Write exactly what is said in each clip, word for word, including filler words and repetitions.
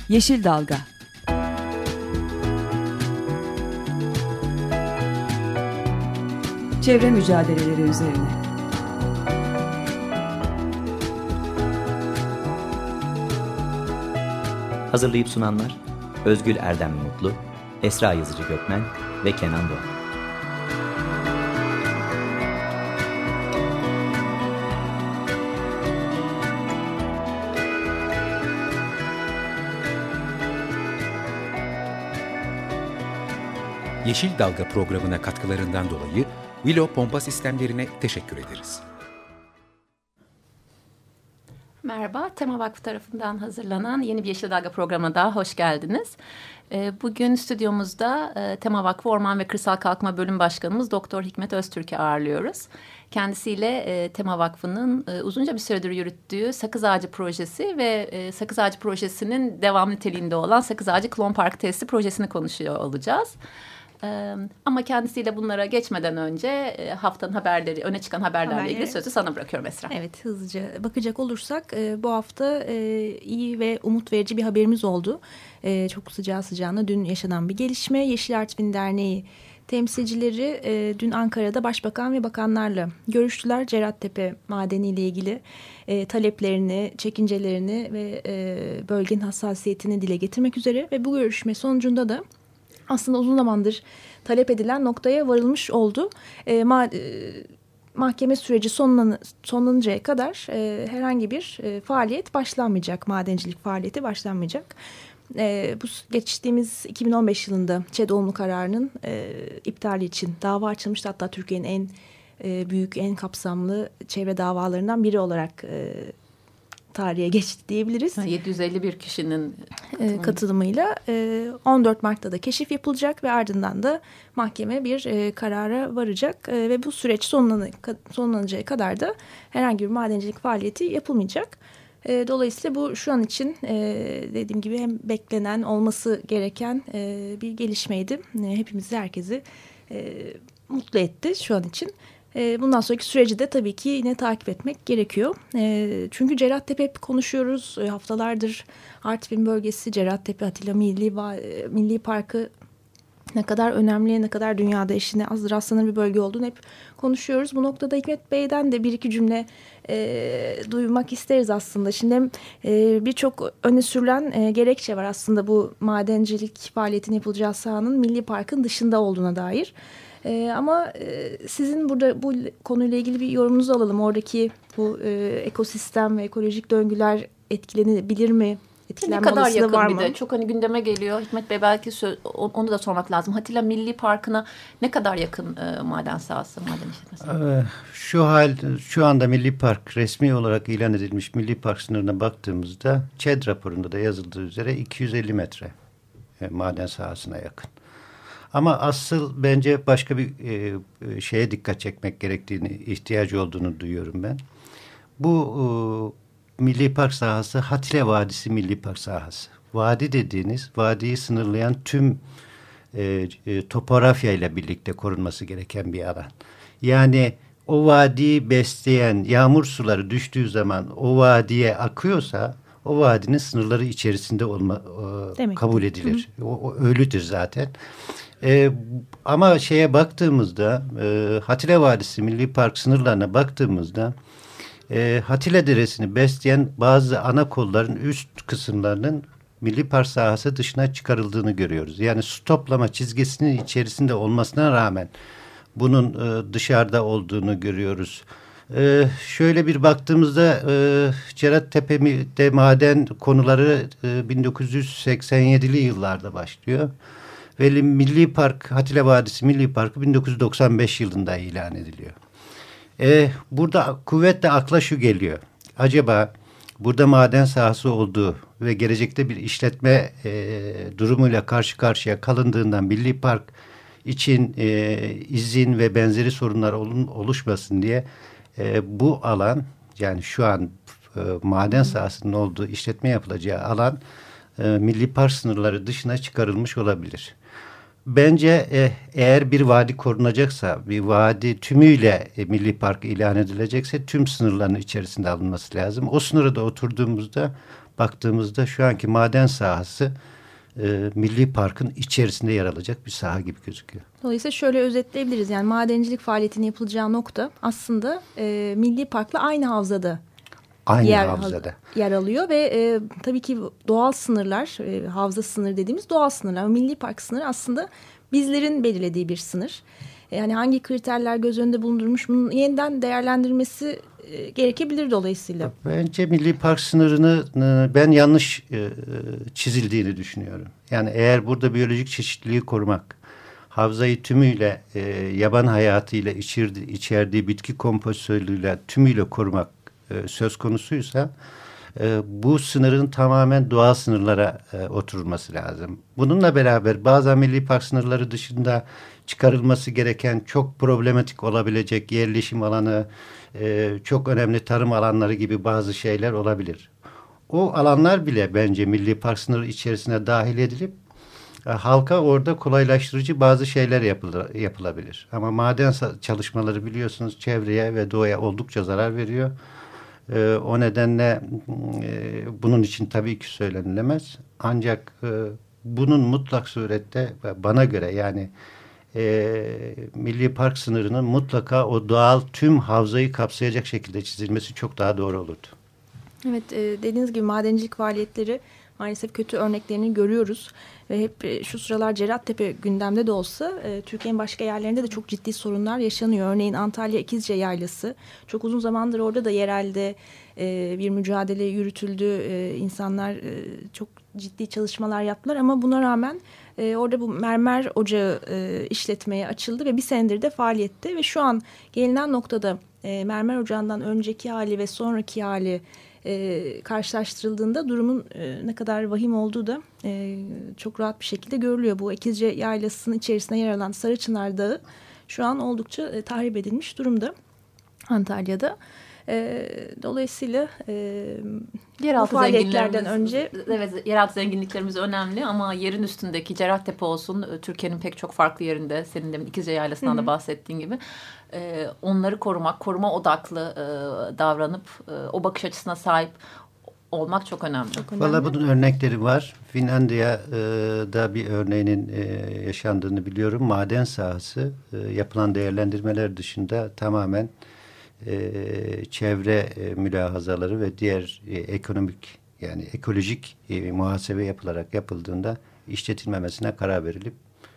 Yeşil Dalga. Çevre mücadeleleri üzerine. Hazırlayıp sunanlar Özgül Erdem Mutlu, Esra Yazıcı Gökmen ve Kenan Doğan. Yeşil Dalga programına katkılarından dolayı Willow Pompa Sistemlerine teşekkür ederiz. Merhaba, Tema Vakfı tarafından hazırlanan yeni bir Yeşil Dalga programına daha hoş geldiniz. Bugün stüdyomuzda Tema Vakfı Orman ve Kırsal Kalkınma Bölüm Başkanımız Doktor Hikmet Öztürk'ü ağırlıyoruz. Kendisiyle Tema Vakfı'nın uzunca bir süredir yürüttüğü Sakız Ağacı Projesi ve Sakız Ağacı Projesi'nin devam niteliğinde olan Sakız Ağacı Klon Park Tesisi projesini konuşuyor olacağız. Ee, ama kendisiyle bunlara geçmeden önce e, haftanın haberleri, öne çıkan haberlerle Haber, ilgili evet. sözü sana bırakıyorum Esra. Evet, hızlıca bakacak olursak e, bu hafta e, iyi ve umut verici bir haberimiz oldu. E, çok sıcağı sıcağına dün yaşanan bir gelişme. Yeşil Artvin Derneği temsilcileri e, dün Ankara'da başbakan ve bakanlarla görüştüler. Cerattepe madeni ile ilgili e, taleplerini, çekincelerini ve e, bölgenin hassasiyetini dile getirmek üzere ve bu görüşme sonucunda da aslında uzun zamandır talep edilen noktaya varılmış oldu. E, ma, e, mahkeme süreci sonlan, sonlanıncaya kadar e, herhangi bir e, faaliyet başlanmayacak. Madencilik faaliyeti başlanmayacak. E, bu geçtiğimiz iki bin on beş yılında ÇED olumlu kararının e, iptali için dava açılmıştı. Hatta Türkiye'nin en e, büyük, en kapsamlı çevre davalarından biri olarak e, tarihe geçti diyebiliriz. yedi yüz elli bir kişinin katılımı. katılımıyla on dört Mart'ta da keşif yapılacak ve ardından da mahkeme bir karara varacak ve bu süreç sonlanıncaya kadar da herhangi bir madencilik faaliyeti yapılmayacak. Dolayısıyla bu şu an için dediğim gibi hem beklenen, olması gereken bir gelişmeydi. Hepimizi, herkesi mutlu etti şu an için. Bundan sonraki süreci de tabii ki yine takip etmek gerekiyor. Çünkü Cerattepe hep konuşuyoruz. Haftalardır Artvin bölgesi, Cerattepe, Atilla Milli, Milli Parkı ne kadar önemli, ne kadar dünyada eşine az rastlanır bir bölge olduğunu hep konuşuyoruz. Bu noktada Hikmet Bey'den de bir iki cümle e, duymak isteriz aslında. Şimdi e, birçok öne sürülen e, gerekçe var aslında bu madencilik faaliyetinin yapılacağı sahanın Milli Park'ın dışında olduğuna dair. Ee, ama e, sizin burada bu konuyla ilgili bir yorumunuzu alalım. Oradaki bu e, ekosistem ve ekolojik döngüler etkilenebilir mi? Ne kadar yakın var bir mı? de. Çok hani gündeme geliyor. Hikmet Bey belki söz, onu da sormak lazım. Atilla Milli Parkı'na ne kadar yakın e, maden sahası, maden işletmesi? Ee, şu hal, şu anda Milli Park resmi olarak ilan edilmiş Milli Park sınırına baktığımızda ÇED raporunda da yazıldığı üzere iki yüz elli metre e, maden sahasına yakın. Ama asıl bence başka bir e, şeye dikkat çekmek gerektiğini, ihtiyacı olduğunu duyuyorum ben. Bu e, Milli Park sahası Hatile Vadisi Milli Park sahası. Vadi dediğiniz, vadiyi sınırlayan tüm e, e, topografya ile birlikte korunması gereken bir alan. Yani o vadiyi besleyen yağmur suları düştüğü zaman o vadiye akıyorsa o vadinin sınırları içerisinde olma e, kabul edilir. O, o ölüdür zaten. Ee, ama şeye baktığımızda e, Hatile Vadisi Milli Park sınırlarına baktığımızda e, Hatile Deresi'ni besleyen bazı ana kolların üst kısımlarının Milli Park sahası dışına çıkarıldığını görüyoruz. Yani su toplama çizgisinin içerisinde olmasına rağmen bunun e, dışarıda olduğunu görüyoruz. E, şöyle bir baktığımızda e, Cerattepe'de maden konuları e, bin dokuz yüz seksen yedili yıllarda başlıyor. Ve Milli Park, Hatile Vadisi Milli Parkı bin dokuz yüz doksan beş yılında ilan ediliyor. Ee, burada kuvvetle akla şu geliyor. Acaba burada maden sahası olduğu ve gelecekte bir işletme e, durumuyla karşı karşıya kalındığından Milli Park için e, izin ve benzeri sorunlar olun, oluşmasın diye e, bu alan, yani şu an e, maden sahasının olduğu işletme yapılacağı alan e, Milli Park sınırları dışına çıkarılmış olabilir. bence e, eğer bir vadi korunacaksa, bir vadi tümüyle e, milli park ilan edilecekse tüm sınırların içerisinde alınması lazım. O sınıra da oturduğumuzda, baktığımızda şu anki maden sahası e, milli parkın içerisinde yer alacak bir saha gibi gözüküyor. Dolayısıyla şöyle özetleyebiliriz. Yani madencilik faaliyetinin yapılacağı nokta aslında e, milli parkla aynı havzada Aynı yer, havzada. yer alıyor ve e, tabii ki doğal sınırlar, e, havza sınırı dediğimiz doğal sınırlar. Milli park sınırı aslında bizlerin belirlediği bir sınır. Yani hangi kriterler göz önünde bulundurmuş, bunun yeniden değerlendirilmesi e, gerekebilir dolayısıyla. Bence milli park sınırını e, ben yanlış e, çizildiğini düşünüyorum. Yani eğer burada biyolojik çeşitliliği korumak, havzayı tümüyle e, yaban hayatıyla içerdiği, içerdiği bitki kompozisyonuyla tümüyle korumak e, söz konusuysa e, bu sınırın tamamen doğal sınırlara e, oturulması lazım. Bununla beraber bazı milli park sınırları dışında çıkarılması gereken çok problematik olabilecek yerleşim alanı, e, çok önemli tarım alanları gibi bazı şeyler olabilir. O alanlar bile bence milli park sınırı içerisine dahil edilip e, halka orada kolaylaştırıcı bazı şeyler yapılır, yapılabilir. Ama maden çalışmaları biliyorsunuz çevreye ve doğaya oldukça zarar veriyor. E, o nedenle e, bunun için tabii ki söylenilemez. Ancak e, bunun mutlak surette bana göre yani e, milli park sınırının mutlaka o doğal tüm havzayı kapsayacak şekilde çizilmesi çok daha doğru olurdu. Evet, e, dediğiniz gibi madencilik faaliyetleri maalesef kötü örneklerini görüyoruz. Ve hep e, şu sıralar Cerattepe gündemde de olsa e, Türkiye'nin başka yerlerinde de çok ciddi sorunlar yaşanıyor. Örneğin Antalya İkizce Yaylası. Çok uzun zamandır orada da yerelde e, bir mücadele yürütüldü. E, insanlar e, çok ciddi çalışmalar yaptılar ama buna rağmen e, orada bu mermer ocağı e, işletmeye açıldı ve bir senedir de faaliyette. Ve şu an gelinen noktada e, mermer ocağından önceki hali ve sonraki hali E, karşılaştırıldığında durumun e, ne kadar vahim olduğu da e, çok rahat bir şekilde görülüyor. Bu İkizce Yaylası'nın içerisinde yer alan Sarıçınar Dağı şu an oldukça e, tahrip edilmiş durumda Antalya'da. E, dolayısıyla e, yeraltı bu faaliyetlerden önce... Evet, yeraltı zenginliklerimiz önemli ama yerin üstündeki Cerattepe olsun, Türkiye'nin pek çok farklı yerinde, senin demin İkizce Yaylası'ndan Hı-hı. da bahsettiğin gibi e, onları korumak, koruma odaklı e, davranıp e, o bakış açısına sahip olmak çok önemli. Çok önemli. Vallahi bunun örnekleri var. Finlandiya'da bir örneğinin e, yaşandığını biliyorum. Maden sahası e, yapılan değerlendirmeler dışında tamamen e, çevre e, mülahazaları ve diğer e, ekonomik yani ekolojik e, muhasebe yapılarak yapıldığında işletilmemesine karar verilip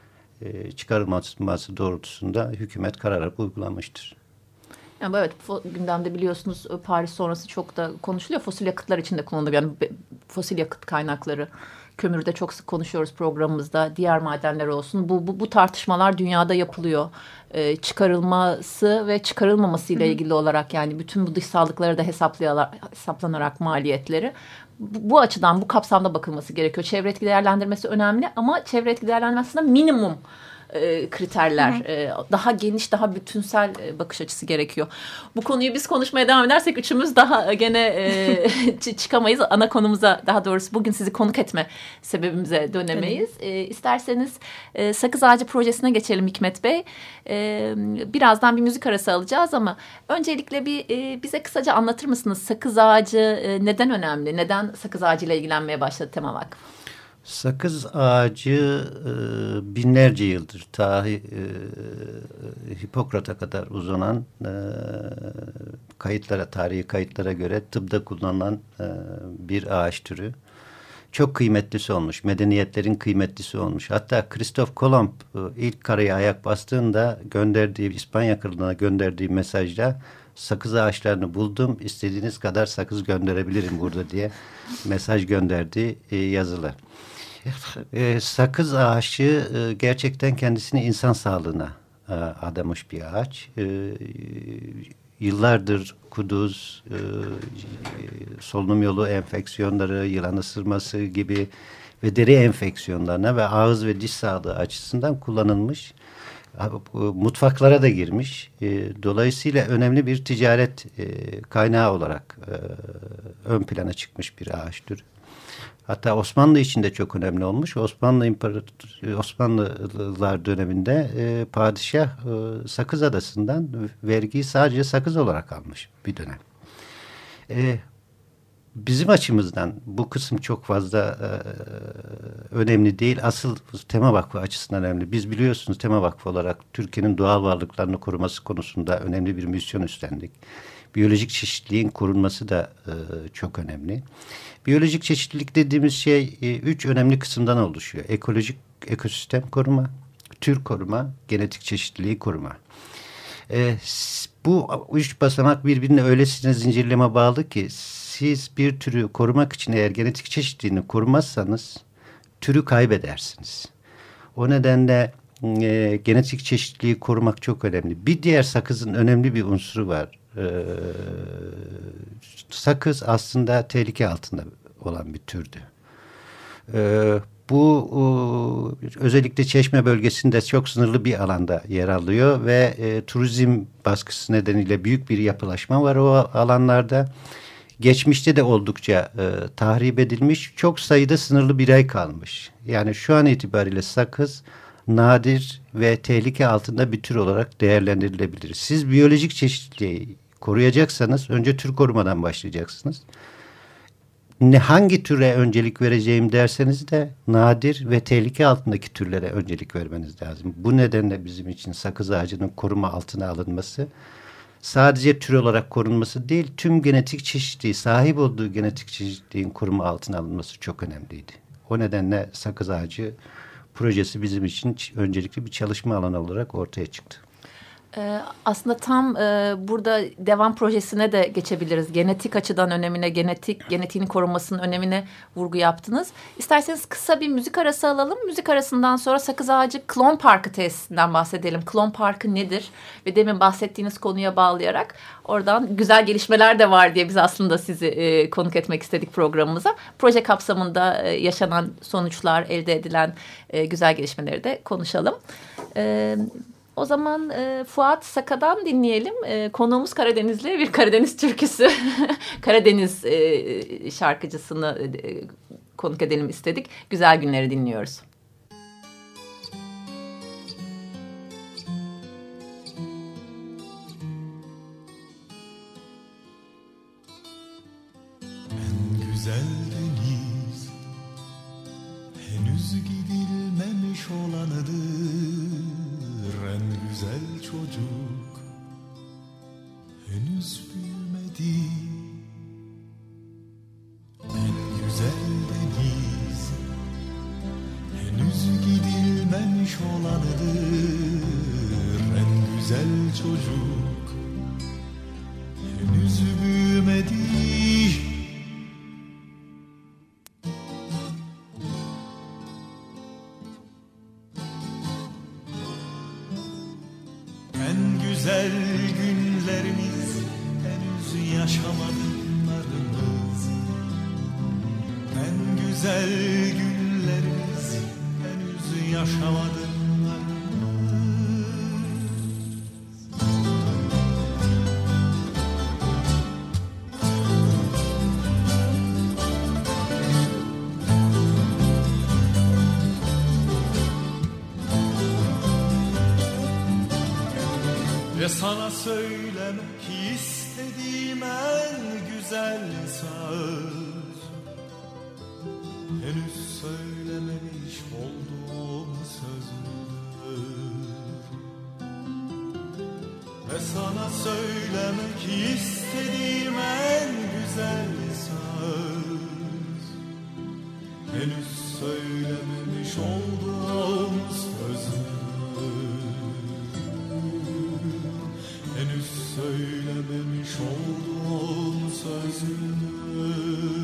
e, çıkarılması doğrultusunda hükümet kararı uygulanmıştır. Yani evet, gündemde biliyorsunuz Paris sonrası çok da konuşuluyor. Fosil yakıtlar için de kullanılıyor. Yani fosil yakıt kaynakları, kömürde çok sık konuşuyoruz programımızda. Diğer madenler olsun. Bu bu, bu tartışmalar dünyada yapılıyor. Ee, çıkarılması ve çıkarılmaması ile ilgili olarak yani bütün bu dışsallıkları da hesaplanarak maliyetleri. Bu, bu açıdan bu kapsamda bakılması gerekiyor. Çevre etki değerlendirmesi önemli ama çevre etki değerlendirmesinde minimum E, kriterler, hı hı. E, daha geniş, daha bütünsel e, bakış açısı gerekiyor. Bu konuyu biz konuşmaya devam edersek üçümüz daha gene e, çıkamayız. Ana konumuza, daha doğrusu bugün sizi konuk etme sebebimize dönemeyiz. E, isterseniz e, Sakız Ağacı projesine geçelim Hikmet Bey. E, birazdan bir müzik arası alacağız ama öncelikle bir e, bize kısaca anlatır mısınız? Sakız Ağacı e, neden önemli? Neden Sakız Ağacı ile ilgilenmeye başladı Tema Vakfı? Sakız ağacı e, binlerce yıldır ta e, Hipokrat'a kadar uzanan e, kayıtlara, tarihi kayıtlara göre tıbda kullanılan e, bir ağaç türü. Çok kıymetlisi olmuş, medeniyetlerin kıymetlisi olmuş. Hatta Kristof Kolomb e, ilk karaya ayak bastığında gönderdiği, İspanya kralına gönderdiği mesajda sakız ağaçlarını buldum, istediğiniz kadar sakız gönderebilirim burada diye mesaj gönderdiği e, yazılı. E, sakız ağacı e, gerçekten kendisini insan sağlığına e, adamış bir ağaç. E, yıllardır kuduz, e, solunum yolu enfeksiyonları, yılan ısırması gibi ve deri enfeksiyonlarına ve ağız ve diş sağlığı açısından kullanılmış. Mutfaklara da girmiş. E, dolayısıyla önemli bir ticaret e, kaynağı olarak e, ön plana çıkmış bir ağaç türü. Hatta Osmanlı için de çok önemli olmuş. Osmanlı İmparator Osmanlılar döneminde e, padişah e, Sakız Adası'ndan vergiyi sadece sakız olarak almış bir dönem. E, bizim açımızdan bu kısım çok fazla e, önemli değil. Asıl Tema Vakfı açısından önemli. Biz biliyorsunuz Tema Vakfı olarak Türkiye'nin doğal varlıklarını koruması konusunda önemli bir misyon üstlendik. Biyolojik çeşitliliğin korunması da e, çok önemli. Biyolojik çeşitlilik dediğimiz şey e, üç önemli kısımdan oluşuyor. Ekolojik ekosistem koruma, tür koruma, genetik çeşitliliği koruma. E, bu üç basamak birbirine öylesine zincirleme bağlı ki siz bir türü korumak için eğer genetik çeşitliliğini korumazsanız türü kaybedersiniz. O nedenle e, genetik çeşitliliği korumak çok önemli. Bir diğer sakızın önemli bir unsuru var. Ee, sakız aslında tehlike altında olan bir türdü. Ee, bu o, özellikle Çeşme bölgesinde çok sınırlı bir alanda yer alıyor ve e, turizm baskısı nedeniyle büyük bir yapılaşma var o alanlarda. Geçmişte de oldukça e, tahrip edilmiş, çok sayıda sınırlı birey kalmış. Yani şu an itibariyle sakız nadir ve tehlike altında bir tür olarak değerlendirilebilir. Siz biyolojik çeşitliliği koruyacaksanız önce tür korumadan başlayacaksınız. Ne hangi türe öncelik vereceğim derseniz de nadir ve tehlike altındaki türlere öncelik vermeniz lazım. Bu nedenle bizim için sakız ağacının koruma altına alınması sadece tür olarak korunması değil, tüm genetik çeşitliliği, sahip olduğu genetik çeşitliliğin koruma altına alınması çok önemliydi. O nedenle sakız ağacı projesi bizim için öncelikli bir çalışma alanı olarak ortaya çıktı. Ee, aslında tam e, burada devam projesine de geçebiliriz. Genetik açıdan önemine, genetik genetiğin korunmasının önemine vurgu yaptınız. İsterseniz kısa bir müzik arası alalım. Müzik arasından sonra Sakız Ağacı Klon Parkı tesisinden bahsedelim. Klon Parkı nedir? Ve demin bahsettiğiniz konuya bağlayarak oradan güzel gelişmeler de var diye biz aslında sizi e, konuk etmek istedik programımıza. Proje kapsamında e, yaşanan sonuçlar, elde edilen e, güzel gelişmeleri de konuşalım. Evet. O zaman e, Fuat Saka'dan dinleyelim. E, konuğumuz Karadenizli, bir Karadeniz türküsü. Karadeniz e, şarkıcısını e, konuk edelim istedik. Güzel günleri dinliyoruz. En güzel deniz henüz gidilmemiş olanıdır. En güzel çocuk henüz büyümedi. En güzel deniz henüz gidilmemiş olanıdır. En güzel çocuk henüz büyümedi. Güzel günlerimiz henüz yaşamadıklarımız. En güzel günlerimiz henüz yaşamadıklarımız. Ve sana söylemek istediğim en güzel söz, henüz söylememiş olduğum sözdür. Ve sana söylemek istediğim en güzel söz, henüz söylememiş olduğum sözdür. Henüz söylememiş olduğum sözünü.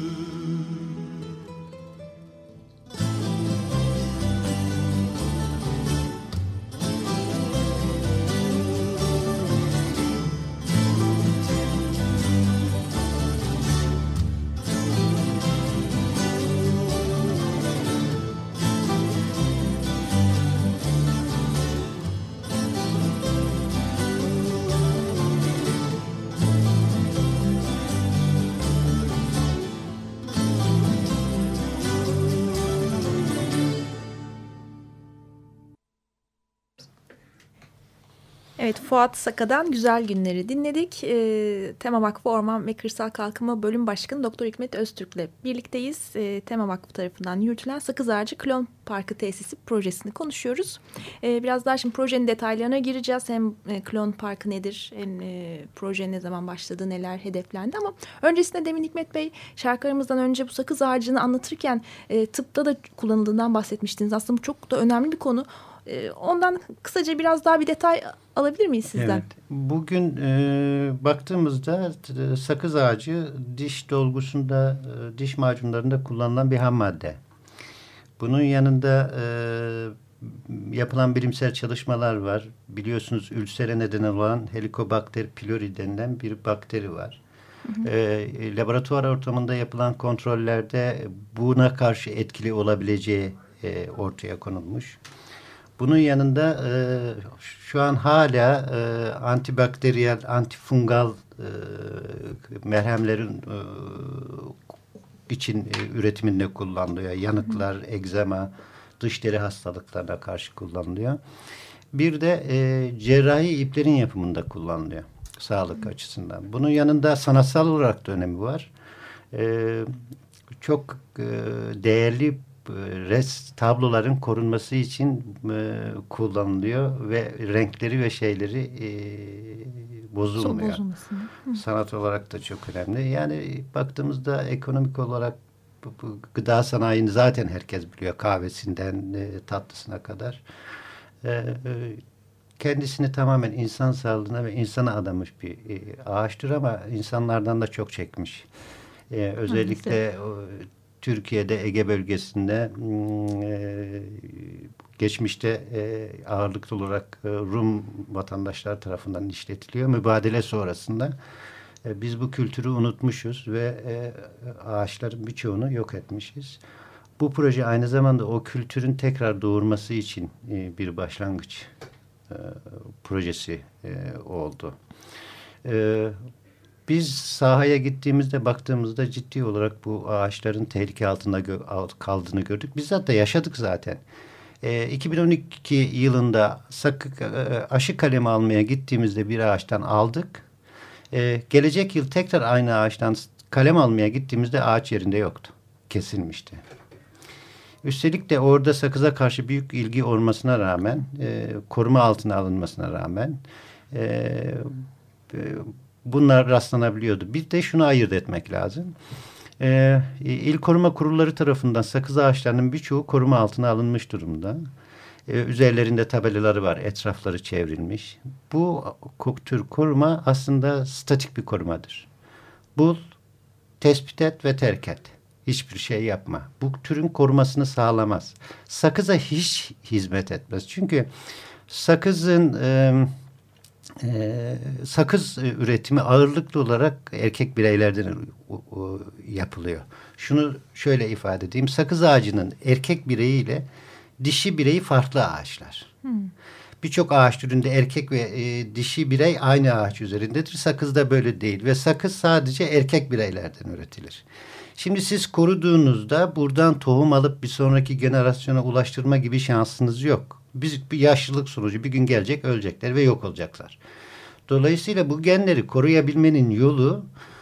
Evet, Fuat Saka'dan Güzel Günleri dinledik. E, Tema Vakfı Orman ve Kırsal Kalkınma Bölüm Başkanı Doktor Hikmet Öztürk'le birlikteyiz. E, Tema Vakfı tarafından yürütülen Sakız Ağacı Klon Parkı Tesisi projesini konuşuyoruz. E, biraz daha şimdi projenin detaylarına gireceğiz. Hem e, Klon Parkı nedir, hem e, proje ne zaman başladı, neler hedeflendi, ama öncesinde demin Hikmet Bey şarkılarımızdan önce bu sakız ağacını anlatırken e, tıpta da kullanıldığından bahsetmiştiniz. Aslında bu çok da önemli bir konu. Ondan kısaca biraz daha bir detay alabilir miyiz sizden? Evet. Bugün e, baktığımızda e, sakız ağacı diş dolgusunda, e, diş macunlarında kullanılan bir ham madde. Bunun yanında e, yapılan bilimsel çalışmalar var. Biliyorsunuz ülsere neden olan Helicobacter pylori denilen bir bakteri var. Hı hı. E, laboratuvar ortamında yapılan kontrollerde buna karşı etkili olabileceği e, ortaya konulmuş. Bunun yanında e, şu an hala e, antibakteriyel, antifungal e, merhemlerin e, için e, üretiminde kullanılıyor. Yanıklar, hı hı. egzama, dış deri hastalıklarına karşı kullanılıyor. Bir de e, cerrahi iplerin yapımında kullanılıyor sağlık hı. açısından. Bunun yanında sanatsal olarak da önemi var. E, çok e, değerli res tabloların korunması için e, kullanılıyor ve renkleri ve şeyleri e, bozulmuyor. Sanat olarak da çok önemli. Yani baktığımızda ekonomik olarak bu, bu, gıda sanayini zaten herkes biliyor. Kahvesinden e, tatlısına kadar. E, e, kendisini tamamen insan sağlığına ve insana adamış bir e, ağaçtır ama insanlardan da çok çekmiş. E, özellikle o, Türkiye'de Ege bölgesinde e, geçmişte e, ağırlıklı olarak e, Rum vatandaşlar tarafından işletiliyor. Mübadele sonrasında e, biz bu kültürü unutmuşuz ve e, ağaçların birçoğunu yok etmişiz. Bu proje aynı zamanda o kültürün tekrar doğurması için e, bir başlangıç e, projesi e, oldu. E, Biz sahaya gittiğimizde baktığımızda ciddi olarak bu ağaçların tehlike altında gö- kaldığını gördük. Bizzat da yaşadık zaten. E, iki bin on iki yılında sakı, e, aşı kalemi almaya gittiğimizde bir ağaçtan aldık. E, gelecek yıl tekrar aynı ağaçtan kalem almaya gittiğimizde ağaç yerinde yoktu. Kesilmişti. Üstelik de orada sakıza karşı büyük ilgi olmasına rağmen, e, koruma altına alınmasına rağmen e, e, bunlar rastlanabiliyordu. Bir de şunu ayırt etmek lazım. Ee, İl Koruma Kurulları tarafından sakız ağaçlarının birçoğu koruma altına alınmış durumda. Ee, üzerlerinde tabelaları var. Etrafları çevrilmiş. Bu tür koruma aslında statik bir korumadır. Bul, tespit et ve terk et. Hiçbir şey yapma. Bu türün korumasını sağlamaz. Sakıza hiç hizmet etmez. Çünkü sakızın... E, Ee, sakız üretimi ağırlıklı olarak erkek bireylerden yapılıyor. Şunu şöyle ifade edeyim. Sakız ağacının erkek bireyi ile dişi bireyi farklı ağaçlar. Hmm. Birçok ağaç türünde erkek ve e, dişi birey aynı ağaç üzerindedir. Sakızda böyle değil ve sakız sadece erkek bireylerden üretilir. Şimdi siz koruduğunuzda buradan tohum alıp bir sonraki generasyona ulaştırma gibi şansınız yok. Biz bir yaşlılık sonucu bir gün gelecek, ölecekler ve yok olacaklar. Dolayısıyla bu genleri koruyabilmenin yolu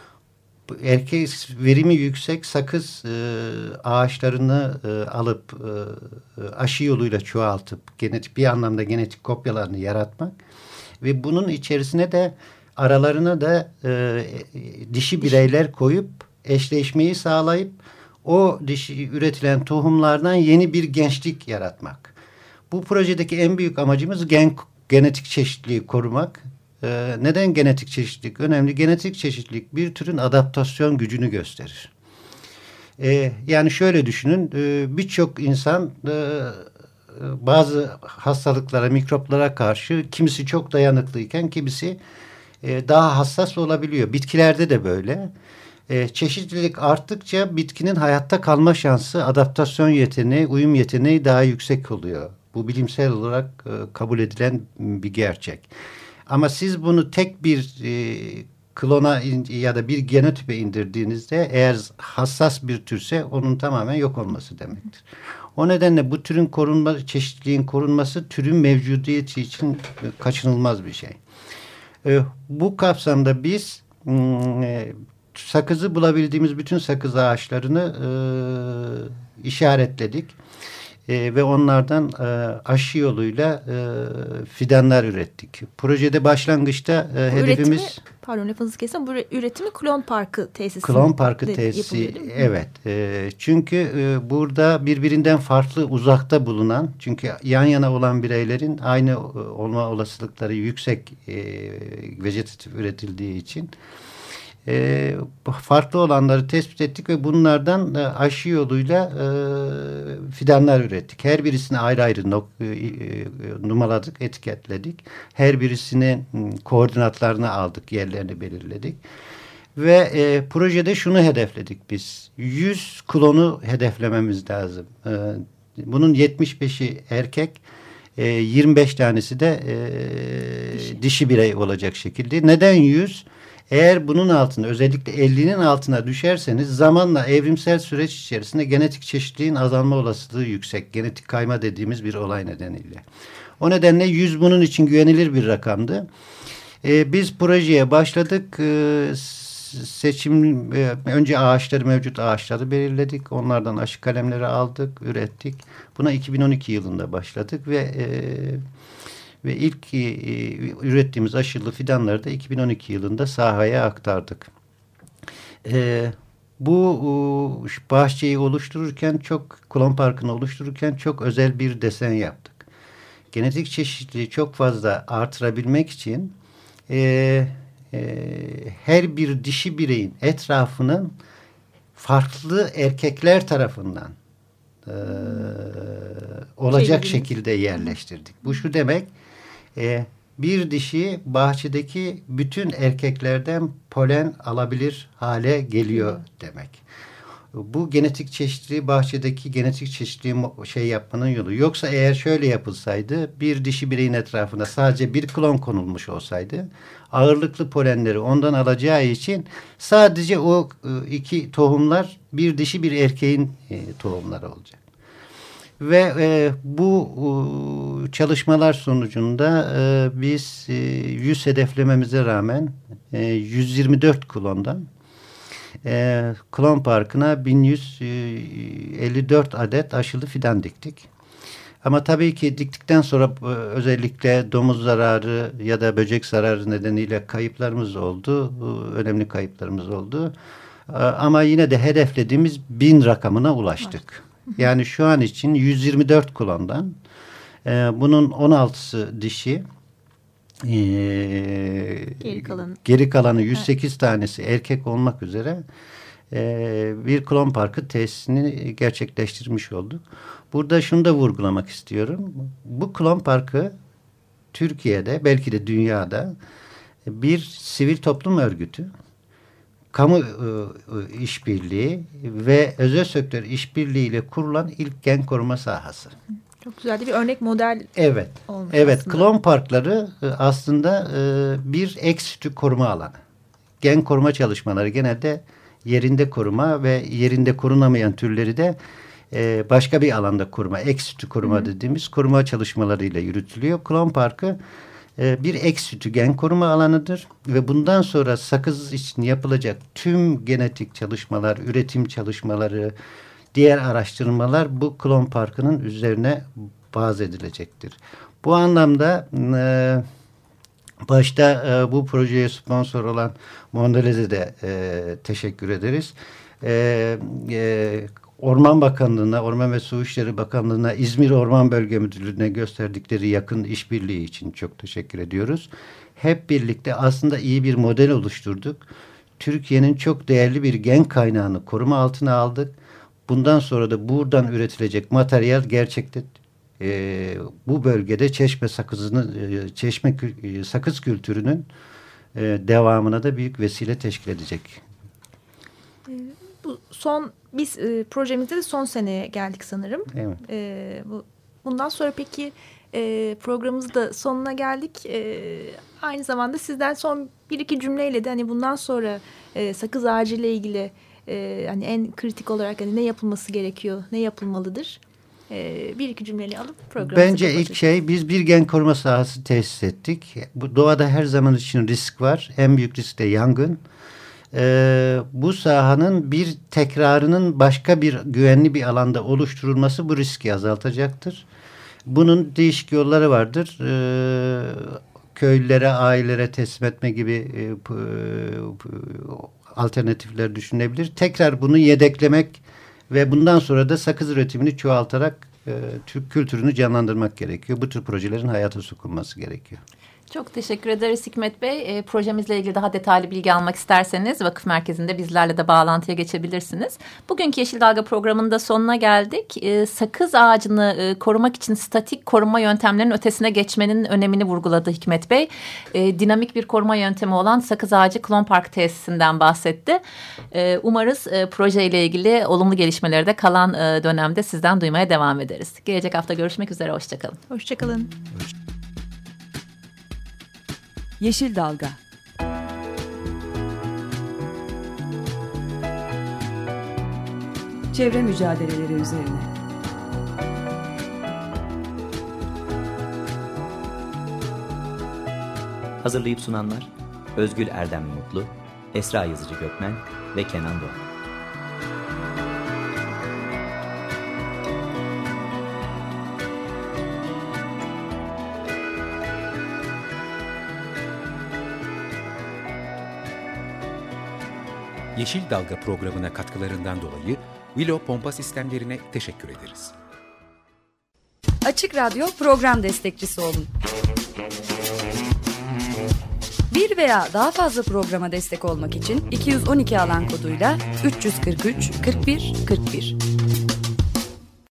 erkek verimi yüksek sakız e, ağaçlarını e, alıp e, aşı yoluyla çoğaltıp genetik bir anlamda genetik kopyalarını yaratmak ve bunun içerisine de aralarına da e, dişi bireyler koyup eşleşmeyi sağlayıp o dişi üretilen tohumlardan yeni bir gençlik yaratmak. Bu projedeki en büyük amacımız gen, genetik çeşitliliği korumak. Ee, neden genetik çeşitlilik önemli? Genetik çeşitlilik bir türün adaptasyon gücünü gösterir. Ee, yani şöyle düşünün, e, birçok insan e, bazı hastalıklara, mikroplara karşı kimisi çok dayanıklıyken kimisi e, daha hassas olabiliyor. Bitkilerde de böyle. E, çeşitlilik arttıkça bitkinin hayatta kalma şansı, adaptasyon yeteneği, uyum yeteneği daha yüksek oluyor. Bu bilimsel olarak e, kabul edilen bir gerçek. Ama siz bunu tek bir e, klona in, ya da bir genotipe indirdiğinizde eğer hassas bir türse onun tamamen yok olması demektir. O nedenle bu türün korunma, çeşitliliğin korunması türün mevcudiyeti için kaçınılmaz bir şey. E, bu kapsamda biz e, sakızı bulabildiğimiz bütün sakız ağaçlarını e, işaretledik. E, ve onlardan e, aşı yoluyla e, fidanlar ürettik. Projede başlangıçta e, hedefimiz... Üretimi, pardon lafınızı kestim. Bu üretimi Klon Parkı tesisi. Klon Parkı tesisi, evet. E, çünkü e, burada birbirinden farklı uzakta bulunan, çünkü yan yana olan bireylerin aynı e, olma olasılıkları yüksek e, vejetatif üretildiği için E, farklı olanları tespit ettik ve bunlardan e, aşı yoluyla e, fidanlar ürettik. Her birisini ayrı ayrı nok, e, e, numaraladık, etiketledik. Her birisini e, koordinatlarını aldık, yerlerini belirledik. Ve e, projede şunu hedefledik biz. yüz klonu hedeflememiz lazım. E, bunun yetmiş beşi erkek, e, yirmi beş tanesi de e, dişi. dişi birey olacak şekilde. Neden yüz? Eğer bunun altına, özellikle ellinin altına düşerseniz zamanla evrimsel süreç içerisinde genetik çeşitliliğin azalma olasılığı yüksek. Genetik kayma dediğimiz bir olay nedeniyle. O nedenle yüz bunun için güvenilir bir rakamdı. Ee, biz projeye başladık. Ee, seçim e, önce ağaçları, mevcut ağaçları belirledik. Onlardan aşı kalemleri aldık, ürettik. Buna iki bin on iki yılında başladık ve e, Ve ilk e, ürettiğimiz aşılı fidanları da iki bin on iki yılında sahaya aktardık. E, bu e, bahçeyi oluştururken çok, Klon Parkı'nı oluştururken çok özel bir desen yaptık. Genetik çeşitliliği çok fazla artırabilmek için e, e, her bir dişi bireyin etrafının farklı erkekler tarafından e, olacak şekilde yerleştirdik. Bu şu demek, e, bir dişi bahçedeki bütün erkeklerden polen alabilir hale geliyor demek. Bu genetik çeşitliliği, bahçedeki genetik çeşitliliği şey yapmanın yolu. Yoksa eğer şöyle yapılsaydı, bir dişi bireyin etrafına sadece bir klon konulmuş olsaydı, ağırlıklı polenleri ondan alacağı için sadece o iki tohumlar bir dişi bir erkeğin e, tohumları olacak. Ve e, bu e, çalışmalar sonucunda e, biz e, yüz hedeflememize rağmen e, yüz yirmi dört klondan e, Klon Parkı'na bin yüz elli dört adet aşılı fidan diktik. Ama tabii ki diktikten sonra e, özellikle domuz zararı ya da böcek zararı nedeniyle kayıplarımız oldu. E, önemli kayıplarımız oldu. E, ama yine de hedeflediğimiz bin rakamına ulaştık. Yani şu an için yüz yirmi dört klondan e, bunun on altısı dişi, e, geri, kalan. geri kalanı yüz sekiz evet. tanesi erkek olmak üzere e, bir Klon Parkı tesisini gerçekleştirmiş olduk. Burada şunu da vurgulamak istiyorum. Bu Klon Parkı Türkiye'de, belki de dünyada bir sivil toplum örgütü, kamu e, işbirliği ve özel sektör işbirliğiyle kurulan ilk gen koruma sahası. Çok güzel bir örnek model. Evet. Evet. Aslında. Klon parkları e, aslında e, bir ex situ koruma alanı. Gen koruma çalışmaları genelde yerinde koruma ve yerinde korunamayan türleri de e, başka bir alanda koruma, ex situ koruma Hı. dediğimiz koruma çalışmalarıyla yürütülüyor. Klon Parkı bir ex situ gen koruma alanıdır ve bundan sonra sakız için yapılacak tüm genetik çalışmalar, üretim çalışmaları, diğer araştırmalar bu Klon Parkı'nın üzerine baz edilecektir. Bu anlamda e, başta e, bu projeye sponsor olan Mondelez'e de e, teşekkür ederiz. E, e, Orman Bakanlığı'na, Orman ve Su İşleri Bakanlığı'na, İzmir Orman Bölge Müdürlüğü'ne gösterdikleri yakın işbirliği için çok teşekkür ediyoruz. Hep birlikte aslında iyi bir model oluşturduk. Türkiye'nin çok değerli bir gen kaynağını koruma altına aldık. Bundan sonra da buradan üretilecek materyal gerçekten e, bu bölgede çeşme sakızını, e, çeşme e, sakız kültürünün e, devamına da büyük vesile teşkil edecek. Bu son biz e, projemizde de son seneye geldik sanırım. Evet. E, bu bundan sonra peki E, programımızın da sonuna geldik. E, aynı zamanda sizden son bir iki cümleyle de hani bundan sonra e, sakız ağacı ile ilgili e, hani en kritik olarak hani ne yapılması gerekiyor, ne yapılmalıdır? E, bir iki cümleyle alıp programımızı Bence ilk şey, biz bir gen koruma sahası tesis ettik. Bu doğada her zaman için risk var. En büyük risk de yangın. Ee, bu sahanın bir tekrarının başka bir güvenli bir alanda oluşturulması bu riski azaltacaktır. Bunun değişik yolları vardır. Ee, köylülere, ailelere teslim etme gibi e, p, p, alternatifler düşünebilir. Tekrar bunu yedeklemek ve bundan sonra da sakız üretimini çoğaltarak e, Türk kültürünü canlandırmak gerekiyor. Bu tür projelerin hayata sokulması gerekiyor. Çok teşekkür ederiz Hikmet Bey. E, projemizle ilgili daha detaylı bilgi almak isterseniz Vakıf Merkezi'nde bizlerle de bağlantıya geçebilirsiniz. Bugünkü Yeşil Dalga programının da sonuna geldik. E, sakız ağacını e, korumak için statik koruma yöntemlerinin ötesine geçmenin önemini vurguladı Hikmet Bey. E, dinamik bir koruma yöntemi olan Sakız Ağacı Klon Park tesisinden bahsetti. E, umarız e, projeyle ilgili olumlu gelişmeleri de kalan e, dönemde sizden duymaya devam ederiz. Gelecek hafta görüşmek üzere. Hoşçakalın. Hoşçakalın. Yeşil Dalga. Çevre mücadeleleri üzerine. Hazırlayıp sunanlar Özgül Erdem Mutlu, Esra Yazıcı Gökmen ve Kenan Doğan. Yeşil Dalga programına katkılarından dolayı Willow Pompa Sistemlerine teşekkür ederiz. Açık Radyo program destekçisi olun. Bir veya daha fazla programa destek olmak için iki yüz on iki alan koduyla üç yüz kırk üç kırk bir kırk bir